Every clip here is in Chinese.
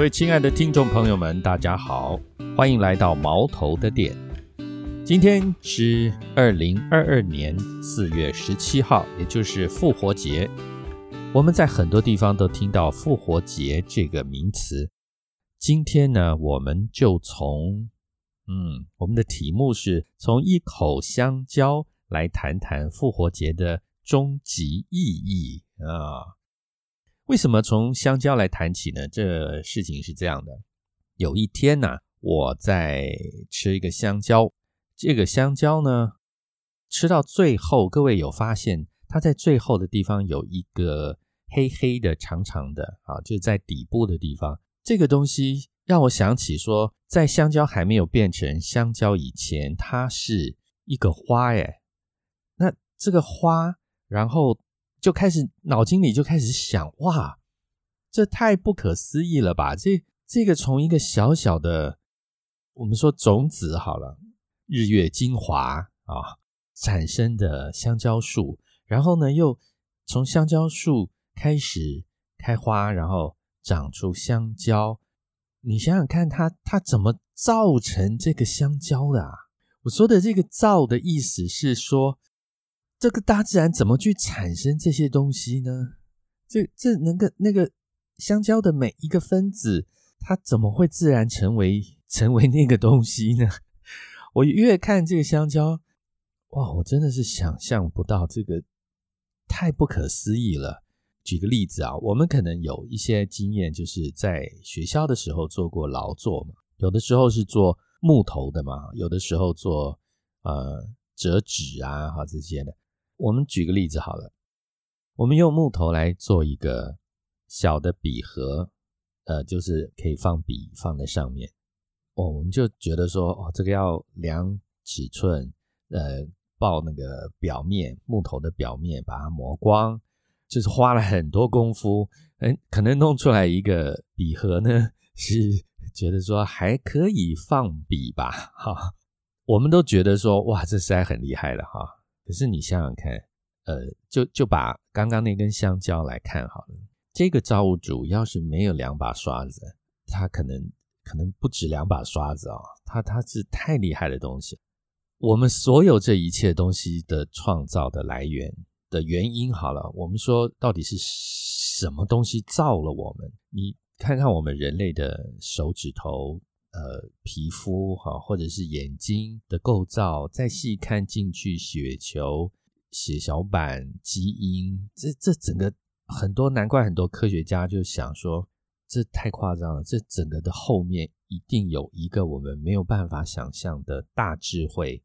位亲爱的听众朋友们，大家好，欢迎来到毛头的店。今天是2022年4月17号，也就是复活节。我们在很多地方都听到复活节这个名词。今天呢，我们就从我们的题目是从一口香蕉来谈谈复活节的终极意义啊。为什么从香蕉来谈起呢？这事情是这样的，有一天呢，我在吃一个香蕉，这个香蕉呢，吃到最后，各位有发现它在最后的地方有一个黑黑的长长的就是在底部的地方。这个东西让我想起说，在香蕉还没有变成香蕉以前，它是一个花耶。那这个花，然后就开始脑筋里就开始想，哇，这太不可思议了吧，这个从一个小小的我们说种子好了，日月精华产生的香蕉树，然后呢又从香蕉树开始开花，然后长出香蕉。你想想看，它怎么造成这个香蕉的啊？我说的这个造的意思是说，这个大自然怎么去产生这些东西呢？这那个香蕉的每一个分子，它怎么会自然成为那个东西呢？我越看这个香蕉，哇，我真的是想象不到，这个太不可思议了。举个例子我们可能有一些经验，就是在学校的时候做过劳作嘛，有的时候是做木头的嘛，有的时候做折纸这些的。我们举个例子好了，我们用木头来做一个小的笔盒，就是可以放笔放在上面。我们就觉得说，这个要量尺寸，抱那个表面，木头的表面把它磨光，就是花了很多功夫，可能弄出来一个笔盒呢，是觉得说还可以放笔吧，我们都觉得说，哇，这实在很厉害了哈。可是你想想看，就把刚刚那根香蕉来看好了，这个造物主要是没有2把刷子，他可能不止2把刷子他是太厉害的东西。我们所有这一切东西的创造的来源的原因好了，我们说到底是什么东西造了我们？你看看我们人类的手指头、皮肤或者是眼睛的构造，再细看进去血球、血小板、基因，这整个难怪很多科学家就想说，这太夸张了，这整个的后面一定有一个我们没有办法想象的大智慧、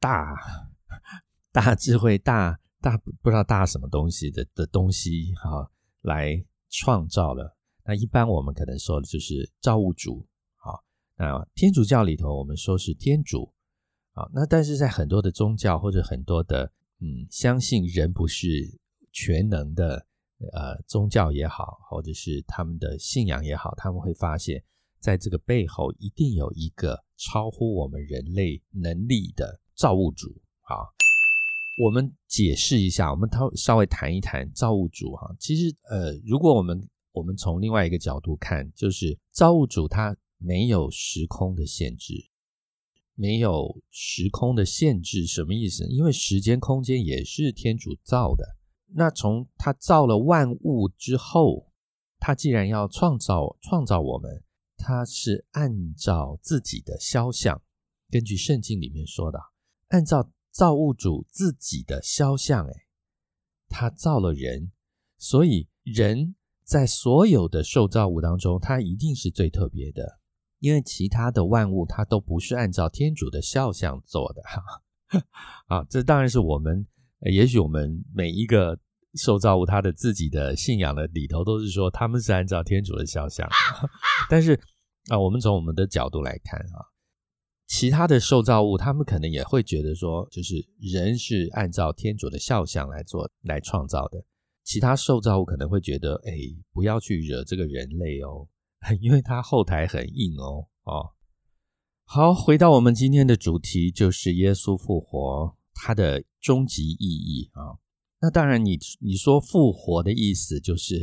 大智慧、大不知道大什么东西的东西来创造了。那一般我们可能说的就是造物主。那天主教里头我们说是天主。那但是在很多的宗教或者很多的相信人不是全能的宗教也好，或者是他们的信仰也好，他们会发现在这个背后一定有一个超乎我们人类能力的造物主。我们解释一下，我们稍微谈一谈造物主其实如果我们从另外一个角度看，就是造物主他没有时空的限制。没有时空的限制什么意思？因为时间空间也是天主造的。那从他造了万物之后，他既然要创造我们，他是按照自己的肖像，根据圣经里面说的，按照造物主自己的肖像他造了人，所以人在所有的受造物当中，他一定是最特别的，因为其他的万物它都不是按照天主的肖像做的这当然是我们也许我们每一个受造物它的自己的信仰的里头都是说他们是按照天主的肖像但是我们从我们的角度来看其他的受造物他们可能也会觉得说，就是人是按照天主的肖像来创造的。其他受造物可能会觉得不要去惹这个人类因为他后台很硬好，回到我们今天的主题，就是耶稣复活它的终极意义那当然你说复活的意思就是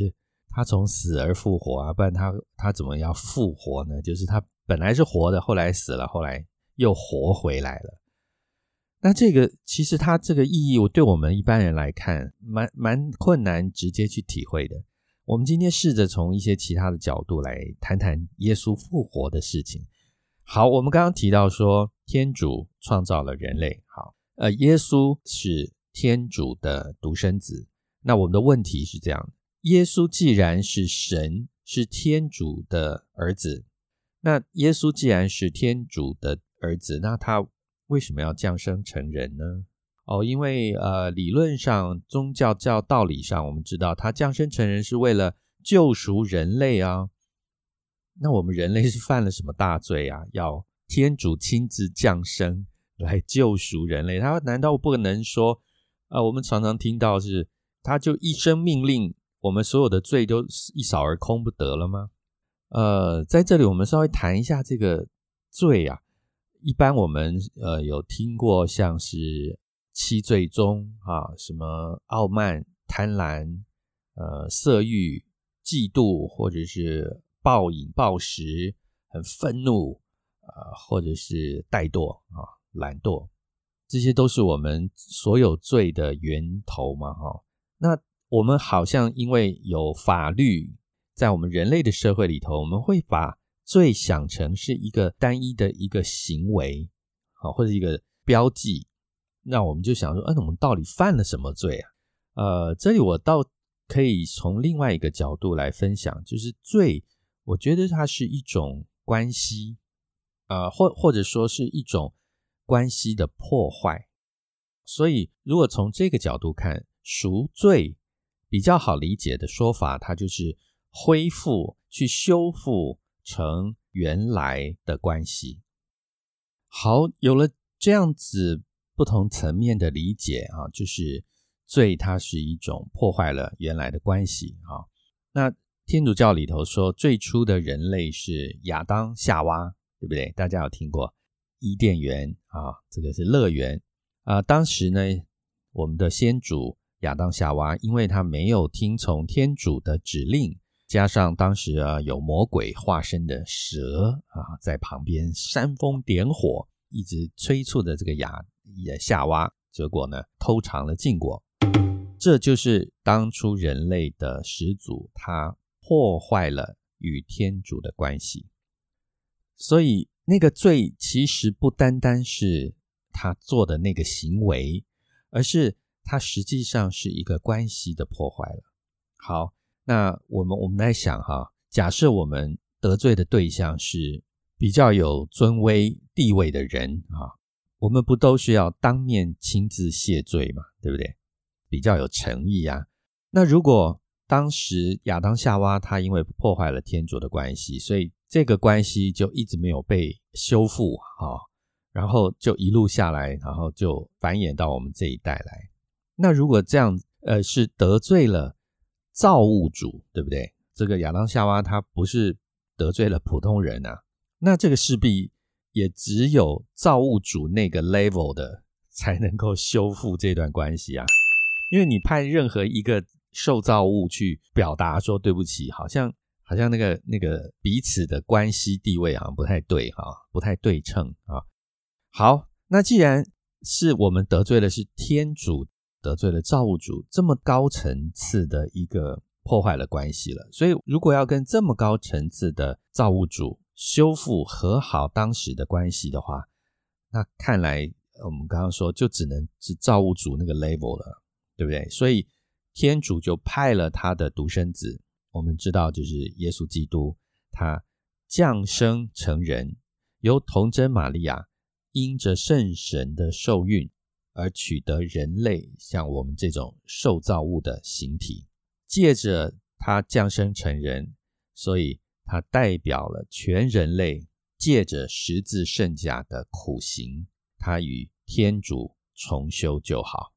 他从死而复活啊，不然他怎么要复活呢？就是他本来是活的，后来死了，后来又活回来了。那这个其实它这个意义，对我们一般人来看蛮困难直接去体会的。我们今天试着从一些其他的角度来谈谈耶稣复活的事情。好，我们刚刚提到说天主创造了人类，好，耶稣是天主的独生子。那我们的问题是这样，耶稣既然是神，是天主的儿子，那耶稣既然是天主的儿子，那他为什么要降生成人呢？因为理论上宗教道理上我们知道他降生成人是为了救赎人类啊。那我们人类是犯了什么大罪啊？要天主亲自降生来救赎人类，他难道不能说我们常常听到是他就一声命令，我们所有的罪都一扫而空不得了吗？在这里我们稍微谈一下这个罪啊。一般我们有听过像是七罪宗啊，什么傲慢、贪婪、色欲、嫉妒，或者是暴饮暴食、很愤怒或者是怠惰啊、懒惰，这些都是我们所有罪的源头嘛。那我们好像因为有法律，在我们人类的社会里头，我们会把罪想成是一个单一的一个行为或者一个标记，那我们就想说我们到底犯了什么罪啊？这里我倒可以从另外一个角度来分享，就是罪我觉得它是一种关系或者说是一种关系的破坏。所以如果从这个角度看，赎罪比较好理解的说法，它就是恢复，去修复成原来的关系。好，有了这样子不同层面的理解就是罪它是一种破坏了原来的关系那天主教里头说最初的人类是亚当夏娃，对不对？大家有听过伊甸园这个是乐园当时呢，我们的先主亚当夏娃因为他没有听从天主的指令，加上当时有魔鬼化身的蛇在旁边煽风点火，一直催促着这个夏娃，结果呢偷尝了禁果。这就是当初人类的始祖，他破坏了与天主的关系。所以那个罪其实不单单是他做的那个行为，而是他实际上是一个关系的破坏了。好，那我们来想假设我们得罪的对象是比较有尊威地位的人我们不都是要当面亲自谢罪嘛，对不对？比较有诚意啊。那如果当时亚当夏娃他因为破坏了天主的关系，所以这个关系就一直没有被修复然后就一路下来，然后就繁衍到我们这一代来。那如果这样是得罪了造物主，对不对？这个亚当夏娃他不是得罪了普通人那这个势必也只有造物主那个 level 的才能够修复这段关系因为你派任何一个受造物去表达说对不起，好像那个彼此的关系地位好像不太对不太对称好，那既然是我们得罪的是天主，得罪了造物主，这么高层次的一个破坏了关系了，所以如果要跟这么高层次的造物主修复和好当时的关系的话，那看来我们刚刚说就只能是造物主那个 level 了，对不对？所以天主就派了他的独生子，我们知道就是耶稣基督，他降生成人，由童贞玛利亚因着圣神的受孕而取得人类像我们这种受造物的形体，借着他降生成人，所以他代表了全人类借着十字圣甲的苦行，他与天主重修旧好。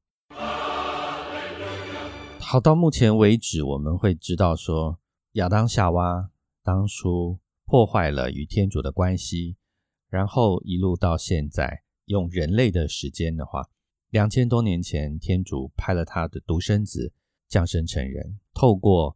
好，到目前为止我们会知道说亚当夏娃当初破坏了与天主的关系，然后一路到现在，用人类的时间的话，2000多年前天主派了他的独生子降生成人，透过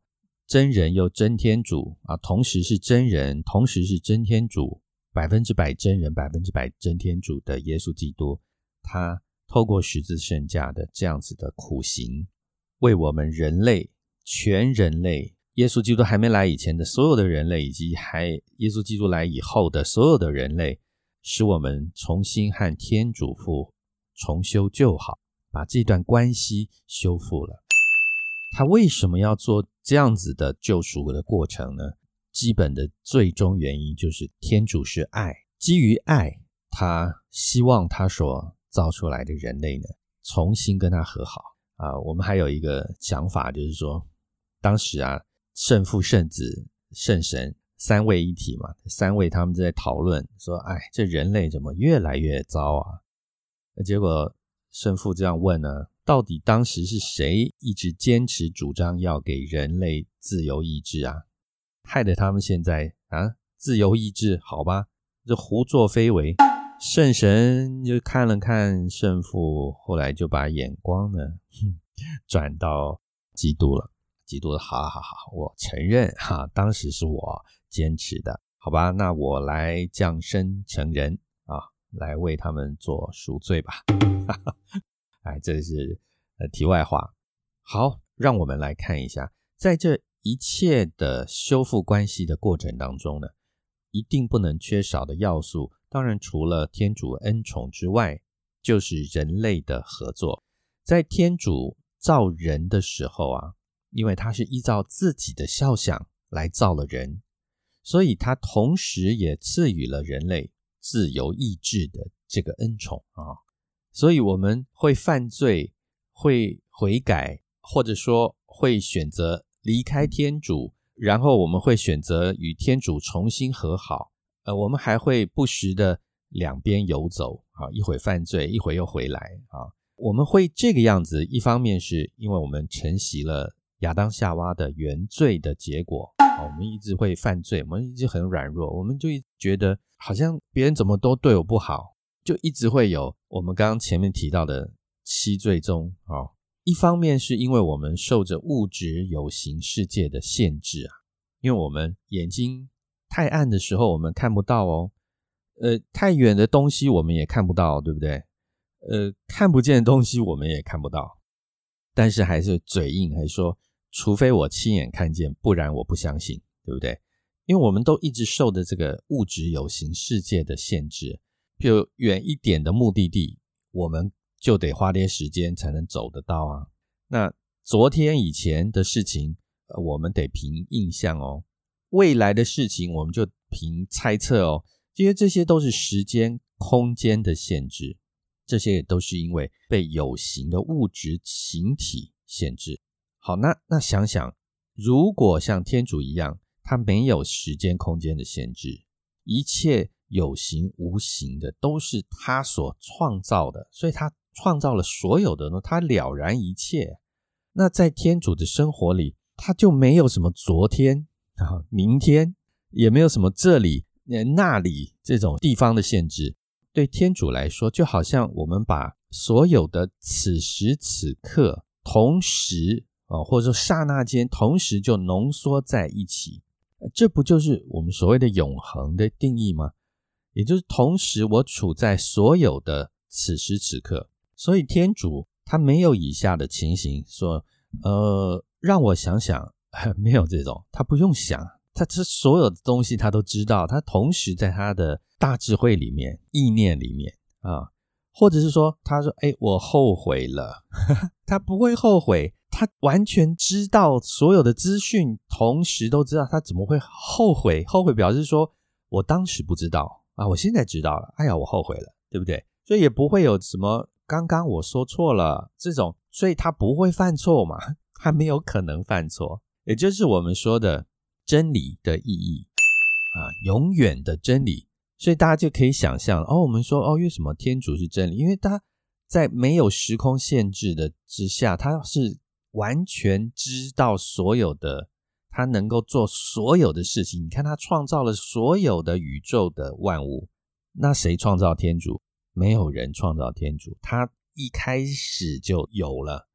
真人又真天主啊，同时是真人，同时是真天主，100%真人100%真天主的耶稣基督，他透过十字圣架的这样子的苦行，为我们人类，全人类，耶稣基督还没来以前的所有的人类，以及耶稣基督来以后的所有的人类，使我们重新和天主父重修旧好，把这段关系修复了。他为什么要做这样子的救赎的过程呢？基本的最终原因就是天主是爱，基于爱，他希望他所造出来的人类呢，重新跟他和好我们还有一个想法，就是说当时圣父圣子圣神三位一体嘛，三位他们在讨论说，这人类怎么越来越糟结果圣父这样问呢，到底当时是谁一直坚持主张要给人类自由意志害得他们现在自由意志好吧，这胡作非为。圣神就看了看圣父，后来就把眼光呢转到基督了。基督好，我承认当时是我坚持的，好吧，那我来降生成人来为他们做赎罪吧这是题外话。好，让我们来看一下，在这一切的修复关系的过程当中呢，一定不能缺少的要素，当然除了天主恩宠之外，就是人类的合作。在天主造人的时候因为他是依照自己的肖像来造了人，所以他同时也赐予了人类自由意志的这个恩宠所以我们会犯罪，会悔改，或者说会选择离开天主，然后我们会选择与天主重新和好我们还会不时的两边游走一会犯罪，一会又回来我们会这个样子，一方面是因为我们承袭了亚当夏娃的原罪的结果我们一直会犯罪，我们一直很软弱，我们就觉得好像别人怎么都对我不好，就一直会有我们刚刚前面提到的七罪中一方面是因为我们受着物质有形世界的限制因为我们眼睛太暗的时候我们看不到太远的东西我们也看不到，对不对？看不见的东西我们也看不到，但是还是嘴硬，还说除非我亲眼看见，不然我不相信，对不对？因为我们都一直受的这个物质有形世界的限制，就远一点的目的地我们就得花点时间才能走得到那昨天以前的事情我们得凭印象未来的事情我们就凭猜测因为这些都是时间空间的限制，这些也都是因为被有形的物质形体限制。好，那想想，如果像天主一样，他没有时间空间的限制，一切有形无形的都是他所创造的，所以他创造了所有的呢，他了然一切。那在天主的生活里，他就没有什么昨天明天，也没有什么这里那里这种地方的限制。对天主来说，就好像我们把所有的此时此刻同时或者说刹那间同时就浓缩在一起，这不就是我们所谓的永恒的定义吗？也就是同时我处在所有的此时此刻。所以天主他没有以下的情形说让我想想没有这种，他不用想，他这所有的东西他都知道，他同时在他的大智慧里面意念里面或者是说他说我后悔了他不会后悔，他完全知道所有的资讯，同时都知道，他怎么会后悔？后悔表示说我当时不知道我现在知道了，哎呀我后悔了，对不对？所以也不会有什么刚刚我说错了这种，所以他不会犯错嘛，他没有可能犯错，也就是我们说的真理的意义永远的真理。所以大家就可以想象我们说为什么天主是真理？因为他在没有时空限制的之下，他是完全知道所有的，他能够做所有的事情。你看他创造了所有的宇宙的万物，那谁创造天主？没有人创造天主，他一开始就有了。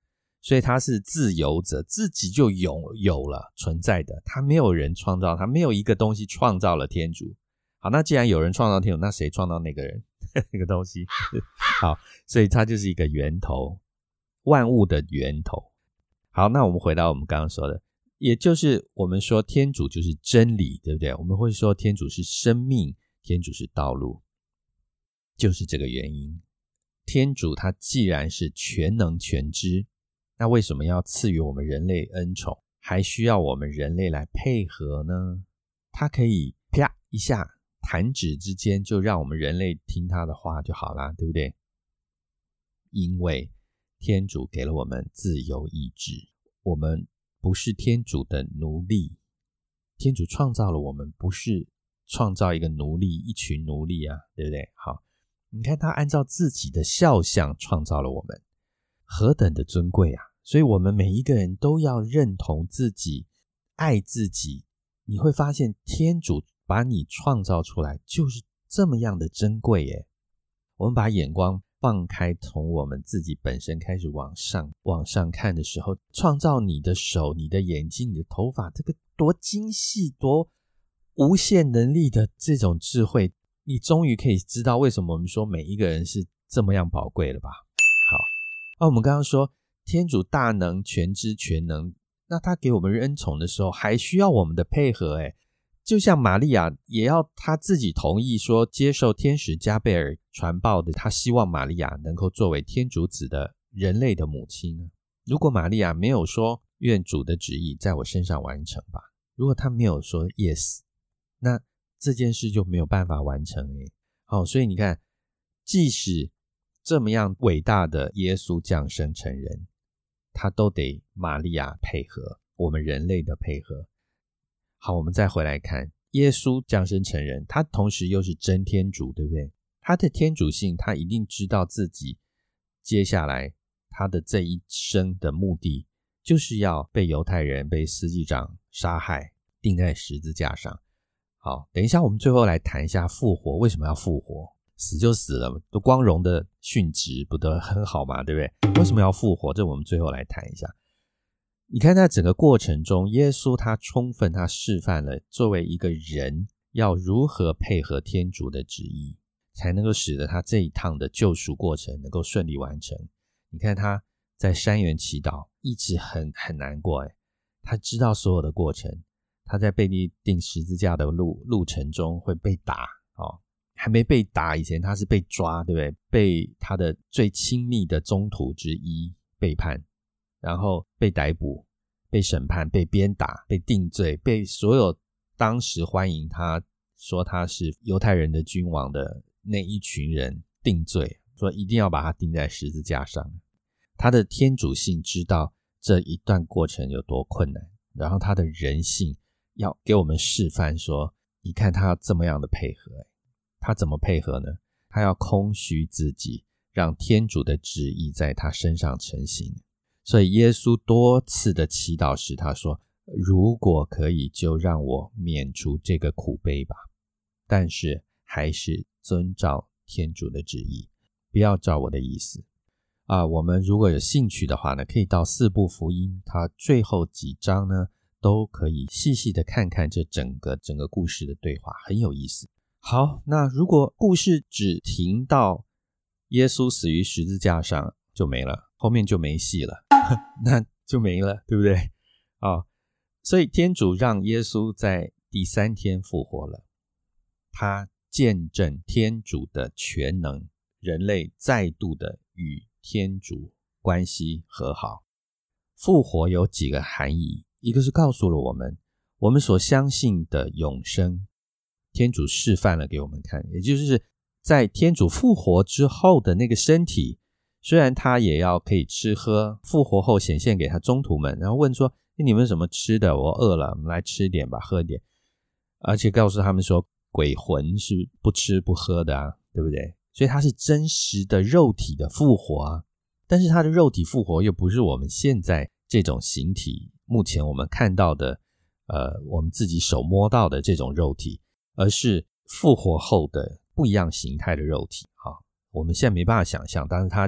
所以他是自由者，自己就有了存在的，他没有人创造他，没有一个东西创造了天主。好，那既然有人创造天主，那谁创造那个人那个东西？好，所以它就是一个源头，万物的源头。好，那我们回到我们刚刚说的，也就是我们说天主就是真理，对不对？我们会说天主是生命，天主是道路，就是这个原因。天主他既然是全能全知，那为什么要赐予我们人类恩宠，还需要我们人类来配合呢？他可以啪一下弹指之间就让我们人类听他的话就好啦，对不对？因为天主给了我们自由意志，我们不是天主的奴隶。天主创造了我们，不是创造一个奴隶，一群奴隶啊，对不对？好，你看他按照自己的肖像创造了我们，何等的尊贵啊！所以我们每一个人都要认同自己，爱自己。你会发现天主把你创造出来就是这么样的珍贵耶。我们把眼光放开，从我们自己本身开始往上看的时候，创造你的手、你的眼睛、你的头发，这个多精细、多无限能力的这种智慧，你终于可以知道为什么我们说每一个人是这么样宝贵了吧。好，那我们刚刚说天主大能、全知、全能，那他给我们恩宠的时候还需要我们的配合耶。就像玛利亚也要他自己同意说接受天使加贝尔传报的，他希望玛利亚能够作为天主子的人类的母亲。如果玛利亚没有说愿主的旨意在我身上完成吧，如果他没有说 yes， 那这件事就没有办法完成耶。好，所以你看，即使这么样伟大的耶稣降生成人，他都得玛利亚配合，我们人类的配合。好，我们再回来看耶稣降生成人，他同时又是真天主，对不对？他的天主性，他一定知道自己接下来他的这一生的目的就是要被犹太人、被司祭长杀害，钉在十字架上。好，等一下我们最后来谈一下复活，为什么要复活？死就死了，都光荣的殉职不得很好嘛，对不对？为什么要复活？这我们最后来谈一下。你看在整个过程中，耶稣他充分他示范了作为一个人要如何配合天主的旨意，才能够使得他这一趟的救赎过程能够顺利完成。你看他在山园祈祷一直很难过耶，他知道所有的过程，他在被钉十字架的路程中会被打还没被打以前他是被抓，对不对？被他的最亲密的宗徒之一背叛，然后被逮捕，被审判，被鞭打，被定罪，被所有当时欢迎他说他是犹太人的君王的那一群人定罪，说一定要把他钉在十字架上。他的天主性知道这一段过程有多困难，然后他的人性要给我们示范说，你看他要这么样的配合。他怎么配合呢？他要空虚自己，让天主的旨意在他身上成型。所以耶稣多次的祈祷时，他说，如果可以就让我免除这个苦悲吧，但是还是遵照天主的旨意，不要照我的意思。我们如果有兴趣的话呢，可以到四部福音它最后几章呢，都可以细细的看看这整个故事的对话，很有意思。好，那如果故事只停到耶稣死于十字架上就没了，后面就没戏了那就没了，对不对？所以天主让耶稣在第3天复活了，他见证天主的全能，人类再度的与天主关系和好。复活有几个含义，一个是告诉了我们所相信的永生，天主示范了给我们看，也就是在天主复活之后的那个身体，虽然他也要可以吃喝，复活后显现给他宗徒们，然后问说，你们有什么吃的？我饿了，我们来吃一点吧，喝一点。而且告诉他们说，鬼魂是不吃不喝的啊，对不对？所以他是真实的肉体的复活啊，但是他的肉体复活又不是我们现在这种形体，目前我们看到的我们自己手摸到的这种肉体，而是复活后的不一样形态的肉体。我们现在没办法想象，但是它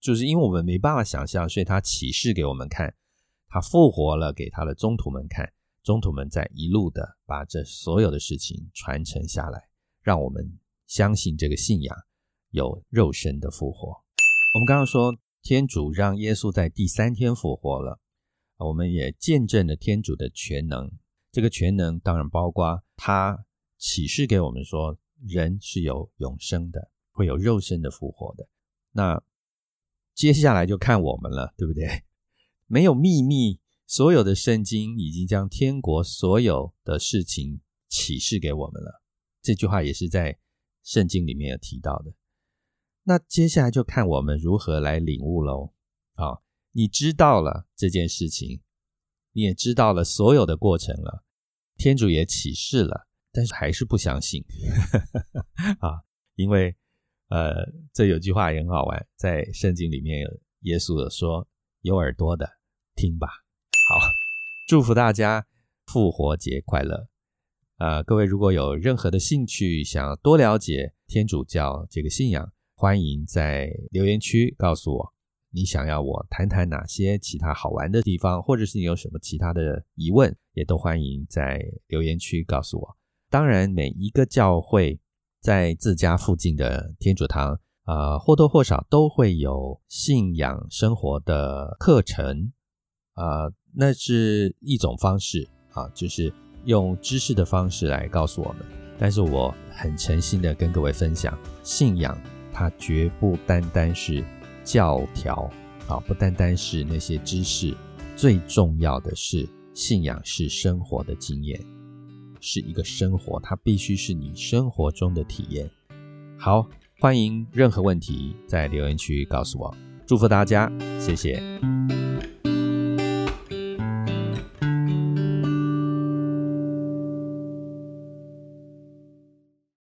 就是因为我们没办法想象，所以他启示给我们看，他复活了给他的宗徒们看，宗徒们再一路的把这所有的事情传承下来，让我们相信这个信仰有肉身的复活。我们刚刚说天主让耶稣在第3天复活了，我们也见证了天主的全能，这个全能当然包括他启示给我们说人是有永生的，会有肉身的复活的。那接下来就看我们了，对不对？没有秘密，所有的圣经已经将天国所有的事情启示给我们了，这句话也是在圣经里面有提到的。那接下来就看我们如何来领悟咯。你知道了这件事情，你也知道了所有的过程了，天主也启示了，但是还是不相信因为这有句话也很好玩，在圣经里面耶稣有说，有耳朵的听吧。好，祝福大家复活节快乐。各位如果有任何的兴趣，想多了解天主教这个信仰，欢迎在留言区告诉我你想要我谈谈哪些其他好玩的地方，或者是你有什么其他的疑问，也都欢迎在留言区告诉我。当然每一个教会在自家附近的天主堂或多或少都会有信仰生活的课程，那是一种方式就是用知识的方式来告诉我们。但是我很诚心的跟各位分享，信仰它绝不单单是教条不单单是那些知识，最重要的是信仰是生活的经验，是一个生活，它必须是你生活中的体验。好，欢迎任何问题在留言区告诉我，祝福大家，谢谢。